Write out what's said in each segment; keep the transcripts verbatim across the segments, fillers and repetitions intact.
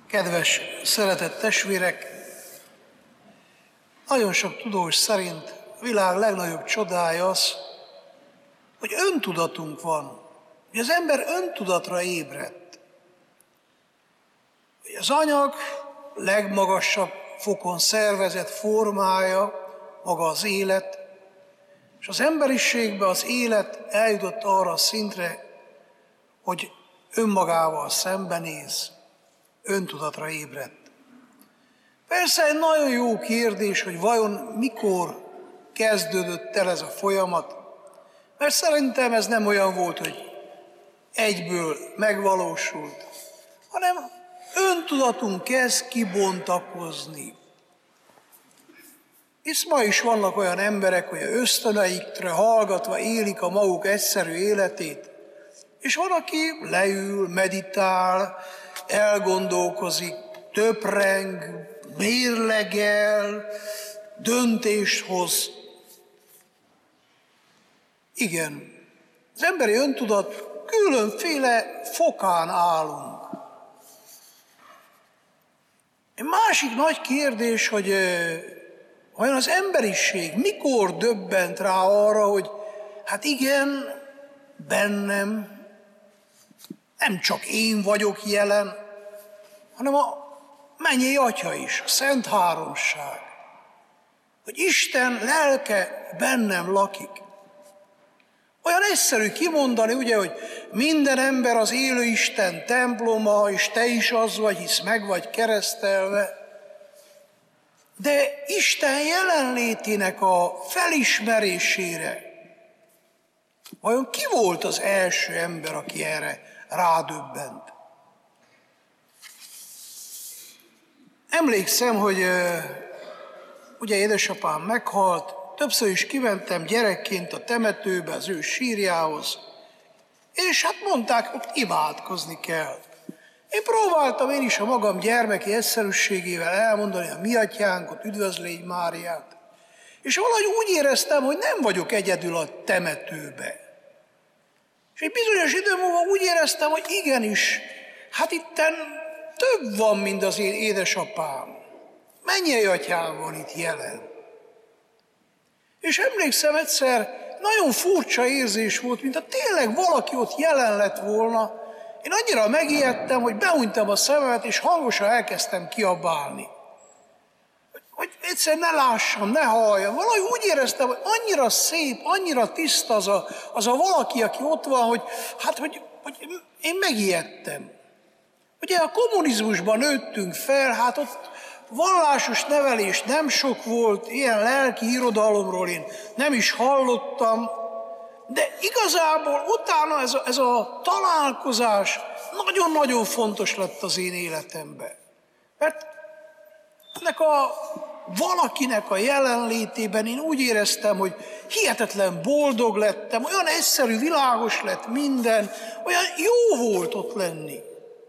Kedves, szeretett testvérek, nagyon sok tudós szerint a világ legnagyobb csodája az, hogy öntudatunk van, hogy az ember öntudatra ébredt. Hogy az anyag legmagasabb fokon szervezett formája maga az élet, és az emberiségben az élet eljutott arra a szintre, hogy önmagával szembenéz, öntudatra ébredt. Persze egy nagyon jó kérdés, hogy vajon mikor kezdődött el ez a folyamat, mert szerintem ez nem olyan volt, hogy egyből megvalósult, hanem öntudatunk kezd kibontakozni. Hisz ma is vannak olyan emberek, hogy ösztöneikre hallgatva élik a maguk egyszerű életét, és van, aki leül, meditál, elgondolkozik, töpreng, mérlegel, döntést hoz. Igen, az emberi öntudat különféle fokán állunk. Egy másik nagy kérdés, hogy vajon az emberiség mikor döbbent rá arra, hogy hát igen, bennem nem csak én vagyok jelen, hanem a mennyei Atya is, a Szent Háromság. Hogy Isten lelke bennem lakik. Olyan egyszerű kimondani, ugye, hogy minden ember az élő Isten temploma, és te is az vagy, hisz meg vagy keresztelve. De Isten jelenlétének a felismerésére vajon ki volt az első ember, aki erre rádöbbent? Emlékszem, hogy ugye édesapám meghalt, többször is kimentem gyerekként a temetőbe, az ő sírjához, és hát mondták, hogy imádkozni kell. Én próbáltam én is a magam gyermeki egyszerűségével elmondani a mi atyánkot, üdvözlégy Máriát, és valahogy úgy éreztem, hogy nem vagyok egyedül a temetőbe. És egy bizonyos idő múlva úgy éreztem, hogy igenis, hát itten több van, mint az én édesapám. Mennyei atyám van itt jelen. És emlékszem egyszer, nagyon furcsa érzés volt, mint ha tényleg valaki ott jelen lett volna. Én annyira megijedtem, hogy behunytam a szememet, és hangosan elkezdtem kiabálni. Hogy, hogy egyszer ne lássam, ne halljam. Valahogy úgy éreztem, hogy annyira szép, annyira tiszta az a, az a valaki, aki ott van, hogy hát, hogy, hogy én megijedtem. Ugye a kommunizmusban nőttünk fel, hát ott vallásos nevelés nem sok volt, ilyen lelki irodalomról én nem is hallottam, de igazából utána ez a, ez a találkozás nagyon-nagyon fontos lett az én életemben. Mert ennek a valakinek a jelenlétében én úgy éreztem, hogy hihetetlen boldog lettem, olyan egyszerű, világos lett minden, olyan jó volt ott lenni.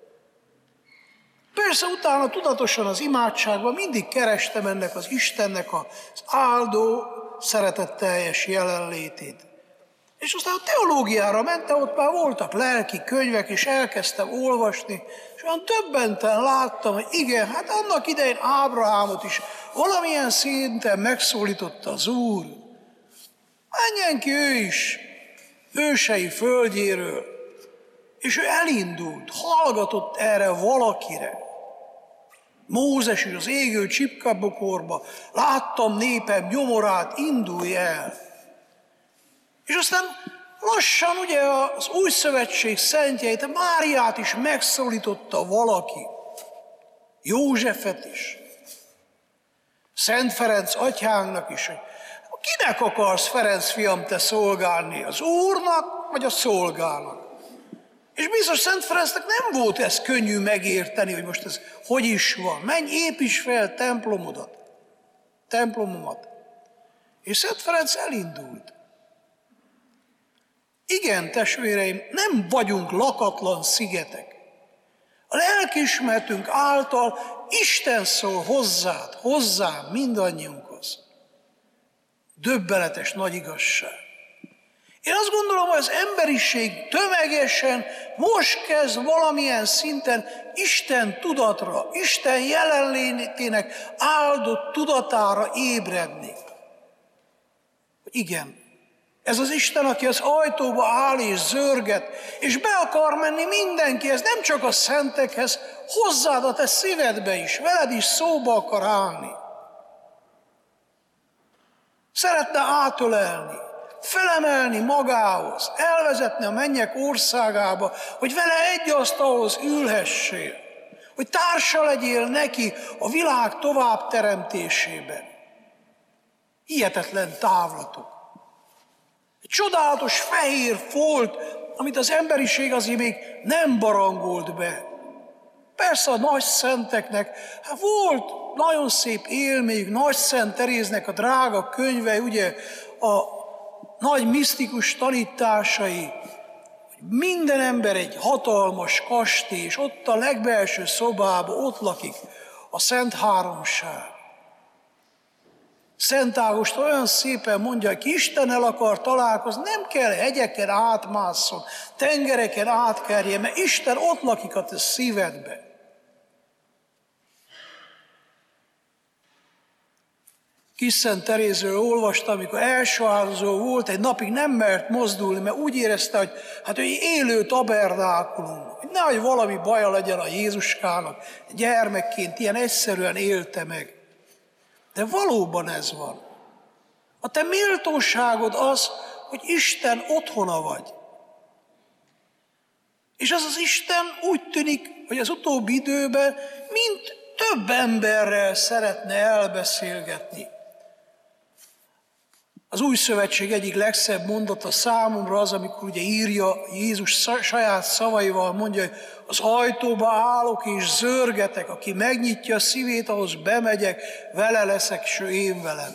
Persze utána tudatosan az imádságban mindig kerestem ennek az Istennek az áldó, szeretetteljes jelenlétét. És aztán a teológiára mentem, ott már voltak lelki könyvek, és elkezdtem olvasni, és olyan többenten láttam, hogy igen, hát annak idején Ábrahámot is valamilyen szinten megszólította az Úr. Menjen ki ő is ősei földjéről, és ő elindult, hallgatott erre valakire. Mózes is az égő csipkabokorba, láttam népem nyomorát, indulj el. És aztán lassan ugye az új szövetség szentjeit, a Máriát is megszólította valaki, Józsefet is, Szent Ferenc atyánknak is, hogy kinek akarsz, Ferenc fiam, te szolgálni, az Úrnak vagy a szolgának? És biztos Szent Ferencnek nem volt ez könnyű megérteni, hogy most ez hogy is van. Menj, építs fel templomodat, templomomat. És Szent Ferenc elindult. Igen, testvéreim, nem vagyunk lakatlan szigetek. A lelkiismeretünk által Isten szól hozzád, hozzám, mindannyiunkhoz. Döbbenetes nagy igazság. Én azt gondolom, hogy az emberiség tömegesen most kezd valamilyen szinten Isten tudatra, Isten jelenlétének áldott tudatára ébredni. Igen, ez az Isten, aki az ajtóba áll és zörget, és be akar menni mindenkihez, nem csak a szentekhez, hozzád a te szívedbe is, veled is szóba akar állni. Szeretne átölelni, felemelni magához, elvezetni a mennyek országába, hogy vele egy asztalhoz ülhessél, hogy társa legyél neki a világ továbbteremtésében. Hihetetlen távlatok. Egy csodálatos fehér folt, amit az emberiség azért még nem barangolt be. Persze a nagy szenteknek, hát volt nagyon szép élményük, Nagy Szent Teréznek a drága könyve, ugye a nagy misztikus tanításai, hogy minden ember egy hatalmas kastély, és ott a legbelső szobában ott lakik a Szent Háromság. Szent Ágoston olyan szépen mondja, hogy ki Istennel akar találkozni, nem kell hegyeken átmásszon, tengereken átkerjen, mert Isten ott lakik a te szívedbe. Kis Szent Terézről olvastam, amikor első áldozó volt, egy napig nem mert mozdulni, mert úgy érezte, hogy hát ő élő tabernákulum, hogy nehogy valami baja legyen a Jézuskának, gyermekként ilyen egyszerűen élte meg. De valóban ez van. A te méltóságod az, hogy Isten otthona vagy. És az az Isten úgy tűnik, hogy az utóbbi időben mint több emberrel szeretne elbeszélgetni. Az Új Szövetség egyik legszebb mondata számomra az, amikor ugye írja Jézus saját szavaival, mondja, hogy az ajtóba állok és zörgetek, aki megnyitja a szívét, ahhoz bemegyek, vele leszek, és ő én velem.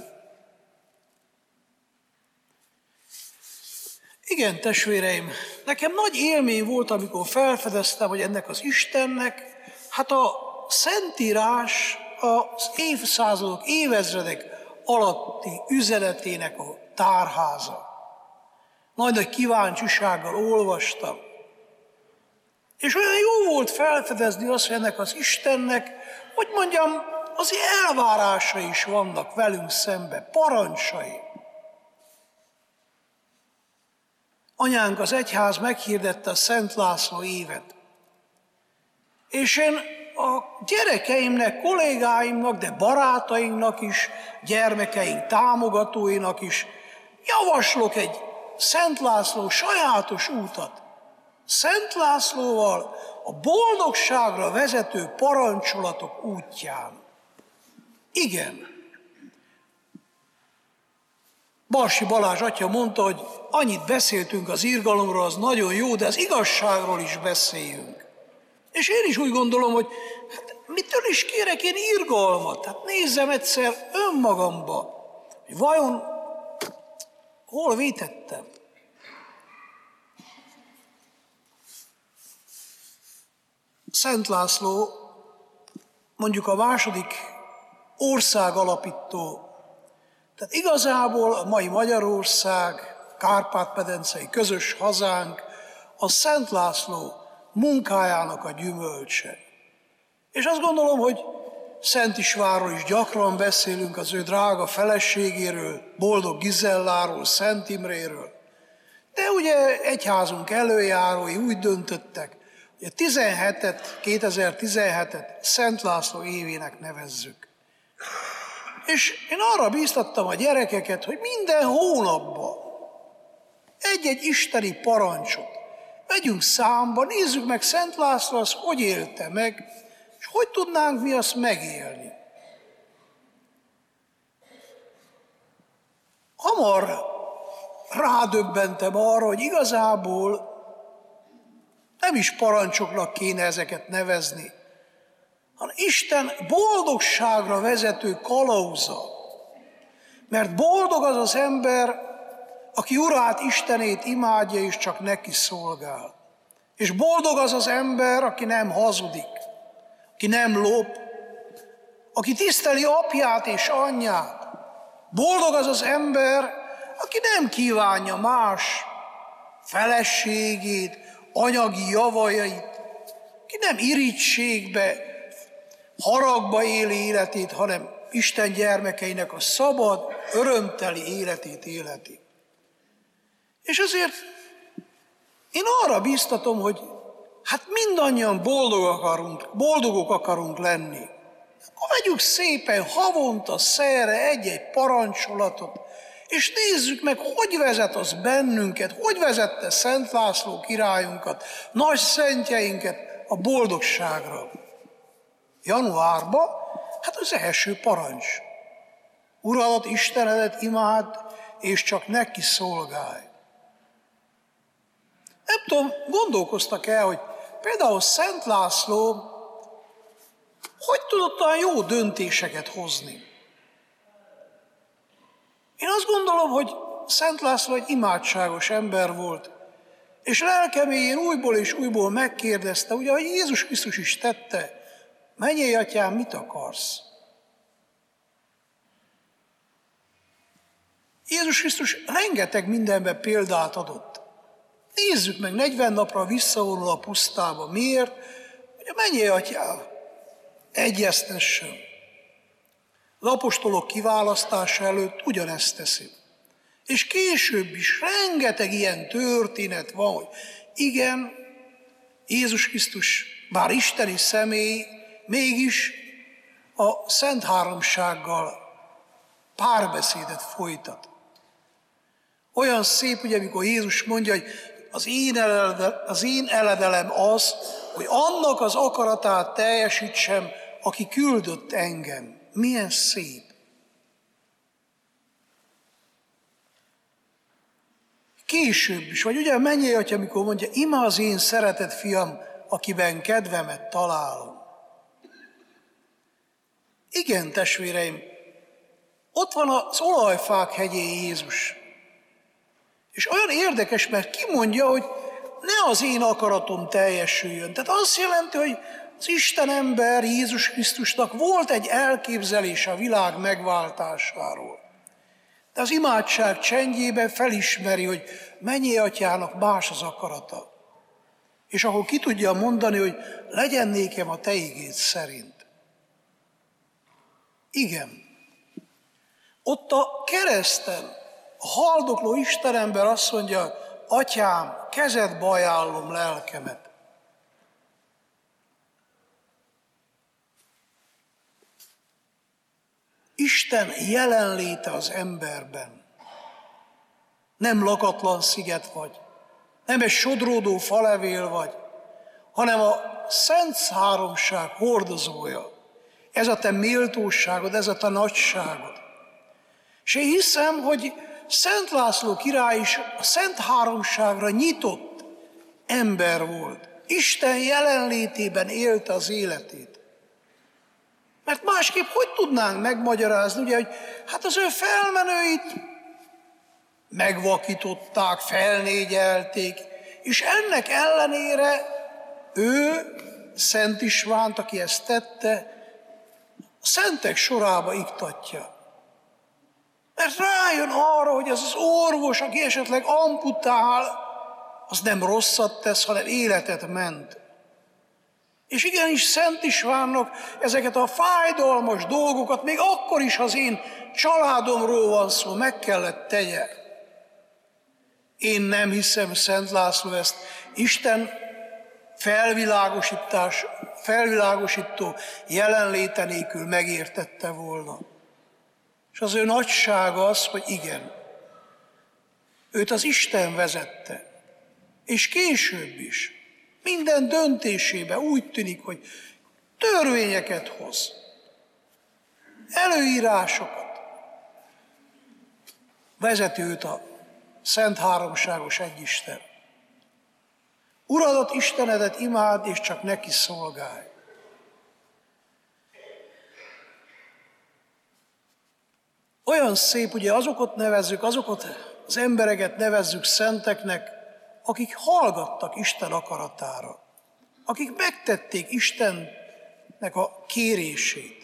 Igen, testvéreim, nekem nagy élmény volt, amikor felfedeztem, hogy ennek az Istennek, hát a Szentírás az évszázadok, évezredek alatti üzenetének a tárháza. Nagy-nagy kíváncsisággal olvastam. És olyan jó volt felfedezni azt, hogy ennek az Istennek, hogy mondjam, azért elvárásai is vannak velünk szembe, parancsai. Anyánk az egyház meghirdette a Szent László évet. És én a gyerekeimnek, kollégáimnak, de barátainknak is, gyermekeink támogatóinak is javaslok egy Szent László sajátos útat. Szent Lászlóval a boldogságra vezető parancsolatok útján. Igen. Balsi Balázs atya mondta, hogy annyit beszéltünk az irgalomról, az nagyon jó, de az igazságról is beszéljünk. És én is úgy gondolom, hogy hát mitől is kérek én irgalmat? Hát nézzem egyszer önmagamba, hogy vajon hol vétettem? Szent László mondjuk a második országalapító, tehát igazából a mai Magyarország, Kárpát-medencei közös hazánk, a Szent László munkájának a gyümölcse. És azt gondolom, hogy Szent Istvánról is gyakran beszélünk, az ő drága feleségéről, Boldog Gizelláról, Szent Imréről. De ugye egyházunk előjárói úgy döntöttek, hogy a tizenhetet, kétezer-tizenhetet Szent László évének nevezzük. És én arra bíztattam a gyerekeket, hogy minden hónapban egy-egy isteni parancsot vegyünk számba, nézzük meg Szent László azt, hogy élte meg, és hogy tudnánk mi azt megélni. Hamar rádöbbentem arra, hogy igazából nem is parancsoknak kéne ezeket nevezni, hanem Isten boldogságra vezető kalauza. Mert boldog az az ember, aki Urát, Istenét imádja, és csak neki szolgál. És boldog az az ember, aki nem hazudik, aki nem lop, aki tiszteli apját és anyját. Boldog az az ember, aki nem kívánja más, feleségét, anyagi javait, ki nem irítségbe, haragba éli életét, hanem Isten gyermekeinek a szabad, örömteli életét életi. És azért én arra bíztatom, hogy hát mindannyian boldogok akarunk, boldogok akarunk lenni. Akkor vegyük szépen havonta, szerre egy-egy parancsolatot, és nézzük meg, hogy vezet az bennünket, hogy vezette Szent László királyunkat, nagy szentjeinket a boldogságra. Januárban, hát az első parancs. Uradat, Istenedet imádd, és csak neki szolgálj. Nem tudom, gondolkoztak el, hogy például Szent László hogy tudott olyan jó döntéseket hozni? Én azt gondolom, hogy Szent László egy imádságos ember volt, és lelkeméjén újból és újból megkérdezte, ugye, hogy Jézus Krisztus is tette, mennyei atyám, mit akarsz? Jézus Krisztus rengeteg mindenben példát adott. Nézzük meg, negyven napra visszavonul a pusztába. Miért? Ugye mennyei atyám, egyeztessen. Az apostolok kiválasztása előtt ugyanezt teszi. És később is rengeteg ilyen történet van, hogy igen, Jézus Krisztus, bár isteni személy, mégis a Szent Háromsággal párbeszédet folytat. Olyan szép, ugye, amikor Jézus mondja, hogy az én, eledel, az én eledelem az, hogy annak az akaratát teljesítsem, aki küldött engem. Milyen szép. Később is, vagy ugye mennyei atya, amikor mondja, ima az én szeretett fiam, akiben kedvemet találom. Igen, testvéreim, ott van az olajfák hegyén Jézus. És olyan érdekes, mert kimondja, hogy ne az én akaratom teljesüljön. Tehát azt jelenti, hogy az Isten ember Jézus Krisztusnak volt egy elképzelés a világ megváltásáról. De az imádság csendjében felismeri, hogy mennyei atyának más az akarata. És ahol ki tudja mondani, hogy legyen nékem a te igéd szerint. Igen. Ott a kereszten a haldokló Istenember azt mondja, atyám, kezedbe ajánlom lelkemet. Isten jelenléte az emberben. Nem lakatlan sziget vagy, nem egy sodródó falevél vagy, hanem a Szent Háromság hordozója. Ez a te méltóságod, ez a te nagyságod. És én hiszem, hogy Szent László király is a Szent Háromságra nyitott ember volt. Isten jelenlétében élte az életét. Mert másképp hogy tudnánk megmagyarázni, ugye, hogy hát az ő felmenőit megvakították, felnégyelték, és ennek ellenére ő, Szent Istvánt, aki ezt tette, a szentek sorába iktatja. Mert rájön arra, hogy ez az orvos, aki esetleg amputál, az nem rosszat tesz, hanem életet ment. És igenis Szent Istvánnak ezeket a fájdalmas dolgokat, még akkor is, ha az én családomról van szó, meg kellett tegye. Én nem hiszem, Szent László ezt Isten felvilágosítás, felvilágosító jelenléte nélkül megértette volna. És az ő nagysága az, hogy igen, őt az Isten vezette. És később is minden döntésébe úgy tűnik, hogy törvényeket hoz, előírásokat, vezeti őt a Szent Háromságos Egyisten. Uradat, Istenedet imádd, és csak neki szolgálj. Olyan szép, ugye azokat nevezzük, azokat az embereket nevezzük szenteknek, akik hallgattak Isten akaratára, akik megtették Istennek a kérését.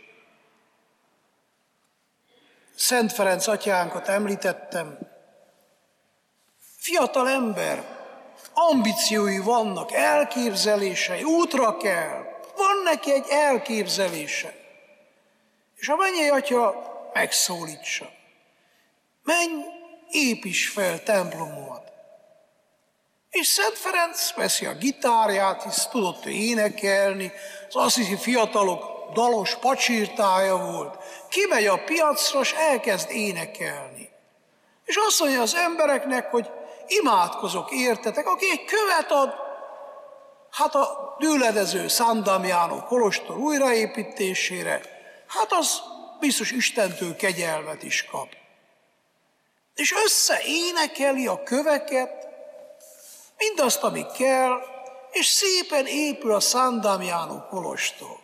Szent Ferenc atyánkat említettem, fiatal ember, ambíciói vannak, elképzelései, útra kell. Van neki egy elképzelése. És a mennyei Atya megszólítsa. Menj, építs fel templomomat. És Szent Ferenc veszi a gitárját, hisz tudott ő énekelni, az assisi fiatalok dalos pacsirtája volt. Kimegy a piacra, és elkezd énekelni. És azt mondja az embereknek, hogy imádkozok értetek, aki egy követ ad, hát a dűledező San Damiano kolostor újraépítésére, hát az biztos Istentől kegyelmet is kap. És összeénekeli a köveket, mindazt, ami kell, és szépen épül a San Damiano kolostor.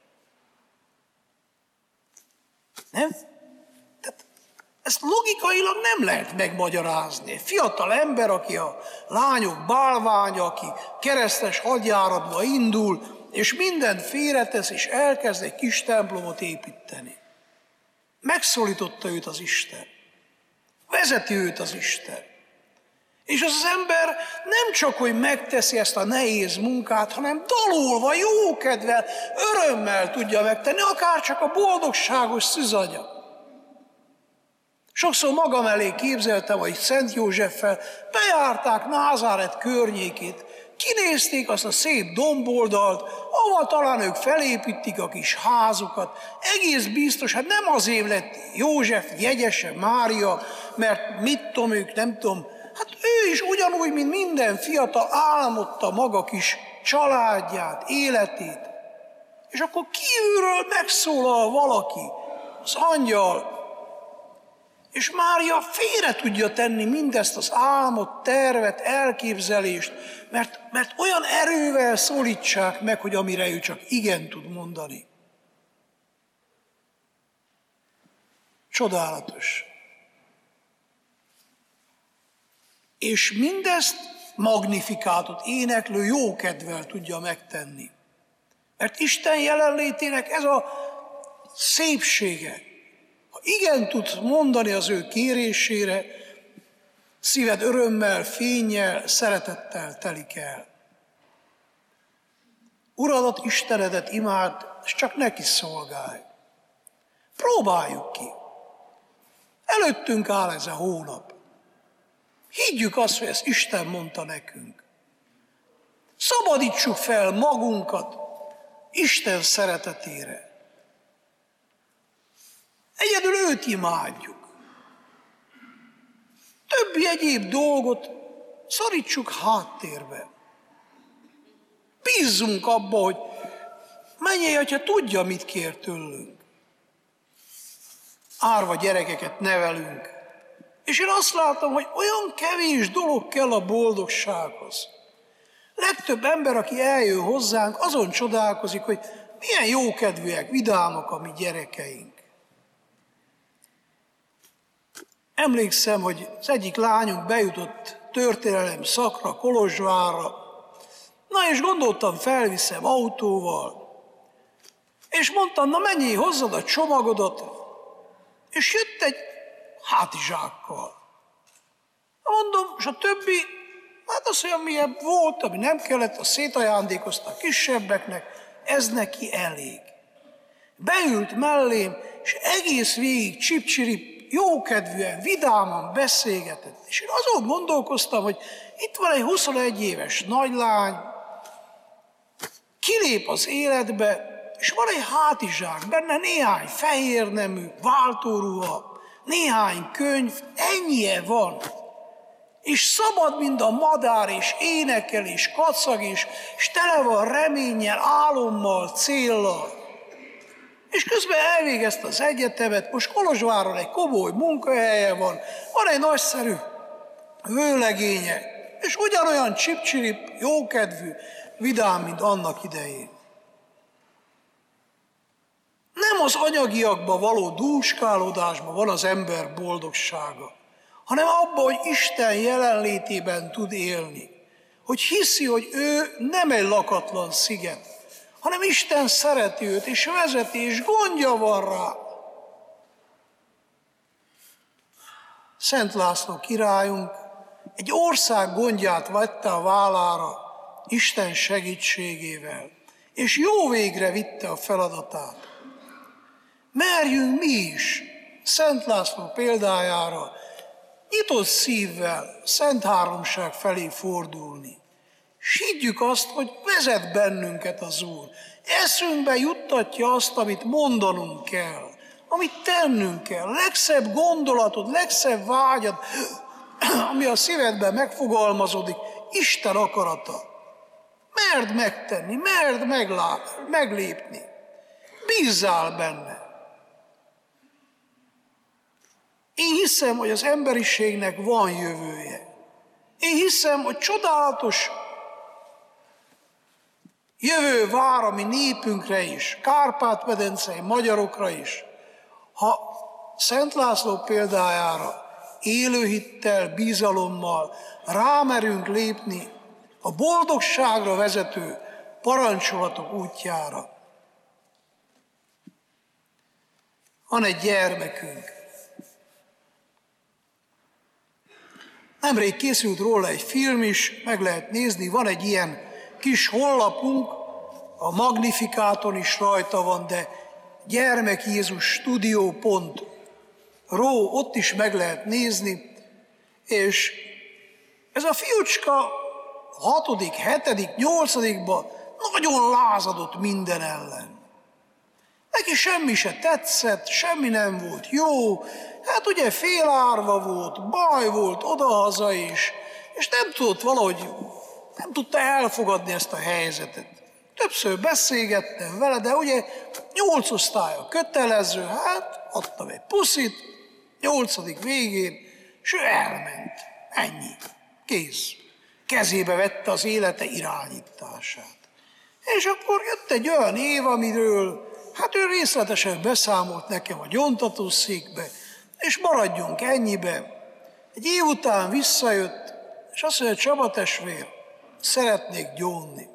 Nem? Tehát ezt logikailag nem lehet megmagyarázni. Egy fiatal ember, aki a lányok bálványa, aki keresztes hadjáratba indul, és mindent félretesz, és elkezd egy kis templomot építeni. Megszólította őt az Isten. Vezeti őt az Isten. És az az ember nem csak, hogy megteszi ezt a nehéz munkát, hanem dalolva, jókedvel, örömmel tudja megtenni, akár csak a boldogságos szüzanya. Sokszor magam elé képzeltem, hogy Szent Józseffel bejárták Názáret környékét, kinézték azt a szép domboldalt, ahol talán ők felépítik a kis házukat. Egész biztos, hát nem azért lett József jegyese, Mária, mert mit tudom ők, nem tudom, hát ő is ugyanúgy, mint minden fiatal álmodta maga kis családját, életét. És akkor kívülről megszólal valaki, az angyal, és Mária félre tudja tenni mindezt az álmot, tervet, elképzelést, mert, mert olyan erővel szólítsák meg, hogy amire ő csak igen tud mondani. Csodálatos. És mindezt magnifikátot, éneklő jókedvel tudja megtenni. Mert Isten jelenlétének ez a szépsége. Ha igen tudsz mondani az ő kérésére, szíved örömmel, fénnyel, szeretettel telik el. Uradat, Istenedet imád, és csak neki szolgálj. Próbáljuk ki. Előttünk áll ez a hónap. Higgyük azt, hogy ezt Isten mondta nekünk. Szabadítsuk fel magunkat Isten szeretetére. Egyedül őt imádjuk. Többi egyéb dolgot szorítsuk háttérbe. Bízzunk abba, hogy mennyei Atya tudja, mit kér tőlünk. Árva gyerekeket nevelünk. És én azt látom, hogy olyan kevés dolog kell a boldogsághoz. Legtöbb ember, aki eljön hozzánk, azon csodálkozik, hogy milyen jókedvűek, vidámak a mi gyerekeink. Emlékszem, hogy az egyik lányunk bejutott történelem szakra, Kolozsvárra, na és gondoltam, felviszem autóval, és mondtam, na menjél, hozzad a csomagodat, és jött egy hátizsákkal. Mondom, és a többi, hát az olyan milyen volt, ami nem kellett, azt szétajándékozta a kisebbeknek, ez neki elég. Beült mellém, és egész végig csip-csirip, jókedvűen, vidáman beszélgetett. És én azon gondolkoztam, hogy itt van egy huszonegy éves nagylány, kilép az életbe, és van egy hátizsák, benne néhány fehér nemű, váltóruha, néhány könyv, ennyie van. És szabad, mint a madár, és énekel, és kacag, és, és tele van reménnyel, álommal, céllal. És közben elvégezte az egyetemet, most Kolozsváron egy komoly munkahelye van, van egy nagyszerű vőlegénye, és ugyanolyan csip-csirip, jókedvű, vidám, mint annak idején. Nem az anyagiakba való dúskálódásban van az ember boldogsága, hanem abban, hogy Isten jelenlétében tud élni. Hogy hiszi, hogy ő nem egy lakatlan sziget, hanem Isten szereti őt, és vezeti, és gondja van rá. Szent László királyunk egy ország gondját vette a vállára Isten segítségével, és jó végre vitte a feladatát. Merjünk mi is Szent László példájára nyitott szívvel Szent Háromság felé fordulni. S higgyük azt, hogy vezet bennünket az Úr. Eszünkbe juttatja azt, amit mondanunk kell, amit tennünk kell. Legszebb gondolatot, legszebb vágyat, ami a szívedben megfogalmazódik, Isten akarata. Merd megtenni, merd meglá- meglépni. Bízzál benne. Én hiszem, hogy az emberiségnek van jövője. Én hiszem, hogy csodálatos jövő vár a mi népünkre is, Kárpát-medencei magyarokra is, ha Szent László példájára élő hittel, bizalommal rámerünk lépni a boldogságra vezető parancsolatok útjára. Van egy gyermekünk. Nemrég készült róla egy film is, meg lehet nézni, van egy ilyen kis honlapunk, a Magnifikáton is rajta van, de gyermek jézus studio pont ro, ott is meg lehet nézni, és ez a fiúcska hatodik, hetedik, nyolcadikban nagyon lázadott minden ellen. Neki semmi se tetszett, semmi nem volt jó, hát ugye félárva volt, baj volt odahaza is, és nem tudott valahogy, nem tudta elfogadni ezt a helyzetet. Többször beszélgettem vele, de ugye nyolc osztálya kötelező, hát adtam egy puszit, nyolcadik végén, és ő elment. Ennyi. Kész. Kezébe vette az élete irányítását. És akkor jött egy olyan év, amiről hát ő részletesen beszámolt nekem a gyóntatószékbe, és maradjunk ennyibe. Egy év után visszajött, és azt mondja, Csaba testvér, szeretnék gyónni.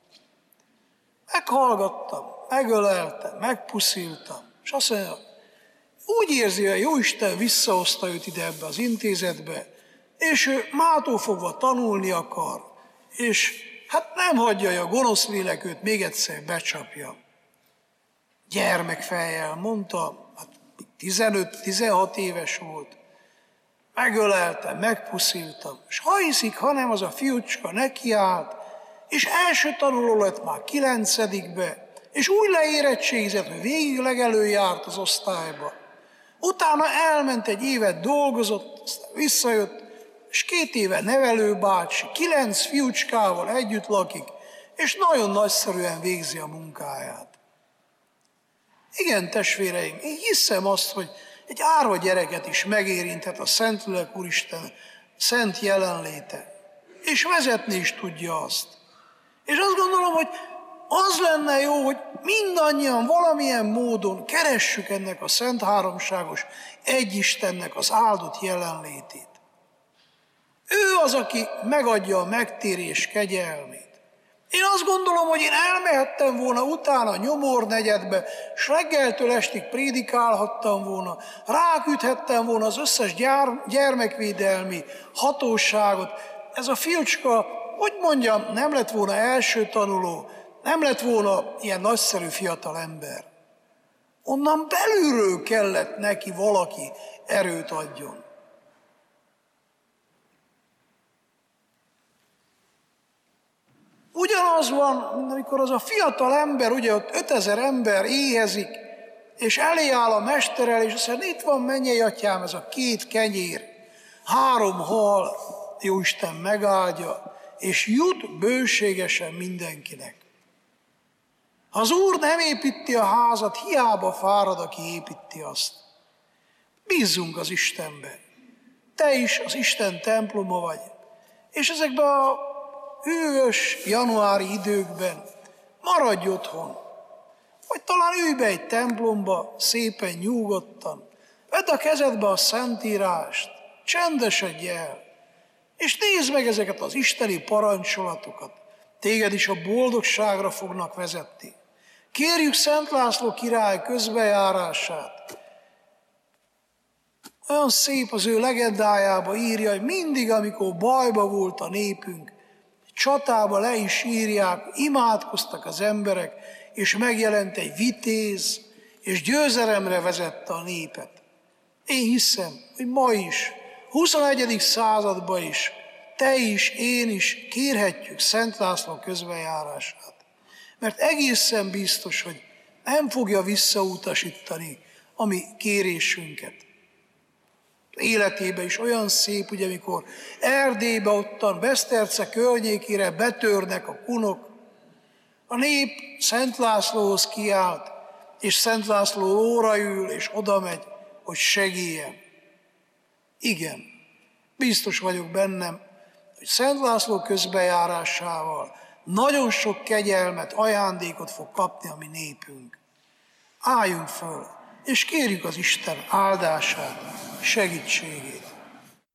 Meghallgattam, megöleltem, megpusziltam, és azt mondja, úgy érzi, hogy Jóisten visszahozta őt ide ebbe az intézetbe, és ő mától fogva tanulni akar, és hát nem hagyja, hogy a gonosz lélek őt még egyszer becsapja. Gyermekfejjel mondta, hát tizenöt-tizenhat éves volt, megöleltem, megpusziltam, és ha hiszik, hanem az a fiúcska nekiállt, és első tanuló lett már kilencedikbe, és úgy leérettségizett, hogy végig legelő járt az osztályba. Utána elment egy évet dolgozott, aztán visszajött, és két éve nevelőbácsi, kilenc fiúcskával együtt lakik, és nagyon nagyszerűen végzi a munkáját. Igen, testvéreim, én hiszem azt, hogy egy árva gyereket is megérinthet a Szentlélek Úristen szent jelenléte, és vezetni is tudja azt. És azt gondolom, hogy az lenne jó, hogy mindannyian valamilyen módon keressük ennek a Szent Háromságos Egyistennek az áldott jelenlétét. Ő az, aki megadja a megtérés kegyelmét. Én azt gondolom, hogy én elmehettem volna utána a Nyomornegyedbe, s reggeltől estig prédikálhattam volna, ráküthettem volna az összes gyár, gyermekvédelmi hatóságot. Ez a fiúcska, hogy mondjam, nem lett volna első tanuló, nem lett volna ilyen nagyszerű fiatal ember. Onnan belülről kellett neki valaki erőt adjon. Ugyanaz van, mint amikor az a fiatal ember, ugye ott ötezer ember éhezik, és elé áll a mesterrel, és azt mondja, itt van, mennyei atyám, ez a két kenyér, három hal, Jóisten megáldja, és jut bőségesen mindenkinek. Ha az Úr nem építi a házat, hiába fárad, aki építi azt. Bízzunk az Istenbe. Te is az Isten temploma vagy. És ezekben a hűvös januári időkben maradj otthon. Vagy talán ülj be egy templomba, szépen nyugodtan. Vedd a kezedbe a Szentírást, csendesedj el, és nézd meg ezeket az isteni parancsolatokat. Téged is a boldogságra fognak vezetni. Kérjük Szent László király közbejárását, Olyan szép az ő legendájába írja, hogy mindig, amikor bajba volt a népünk, csatába le is írják, imádkoztak az emberek, és megjelent egy vitéz, és győzelemre vezette a népet. Én hiszem, hogy ma is, huszonegyedik században is, te is, én is kérhetjük Szent László közbenjárását. Mert egészen biztos, hogy nem fogja visszautasítani a mi kérésünket. Életében is olyan szép, ugye, amikor Erdélybe, ottan Beszterce környékére betörnek a kunok, a nép Szent Lászlóhoz kiállt, és Szent László lóra ül, és oda megy, hogy segéljen. Igen, biztos vagyok bennem, hogy Szent László közbenjárásával nagyon sok kegyelmet, ajándékot fog kapni a mi népünk. Álljunk föl, és kérjük az Isten áldását, segítségét.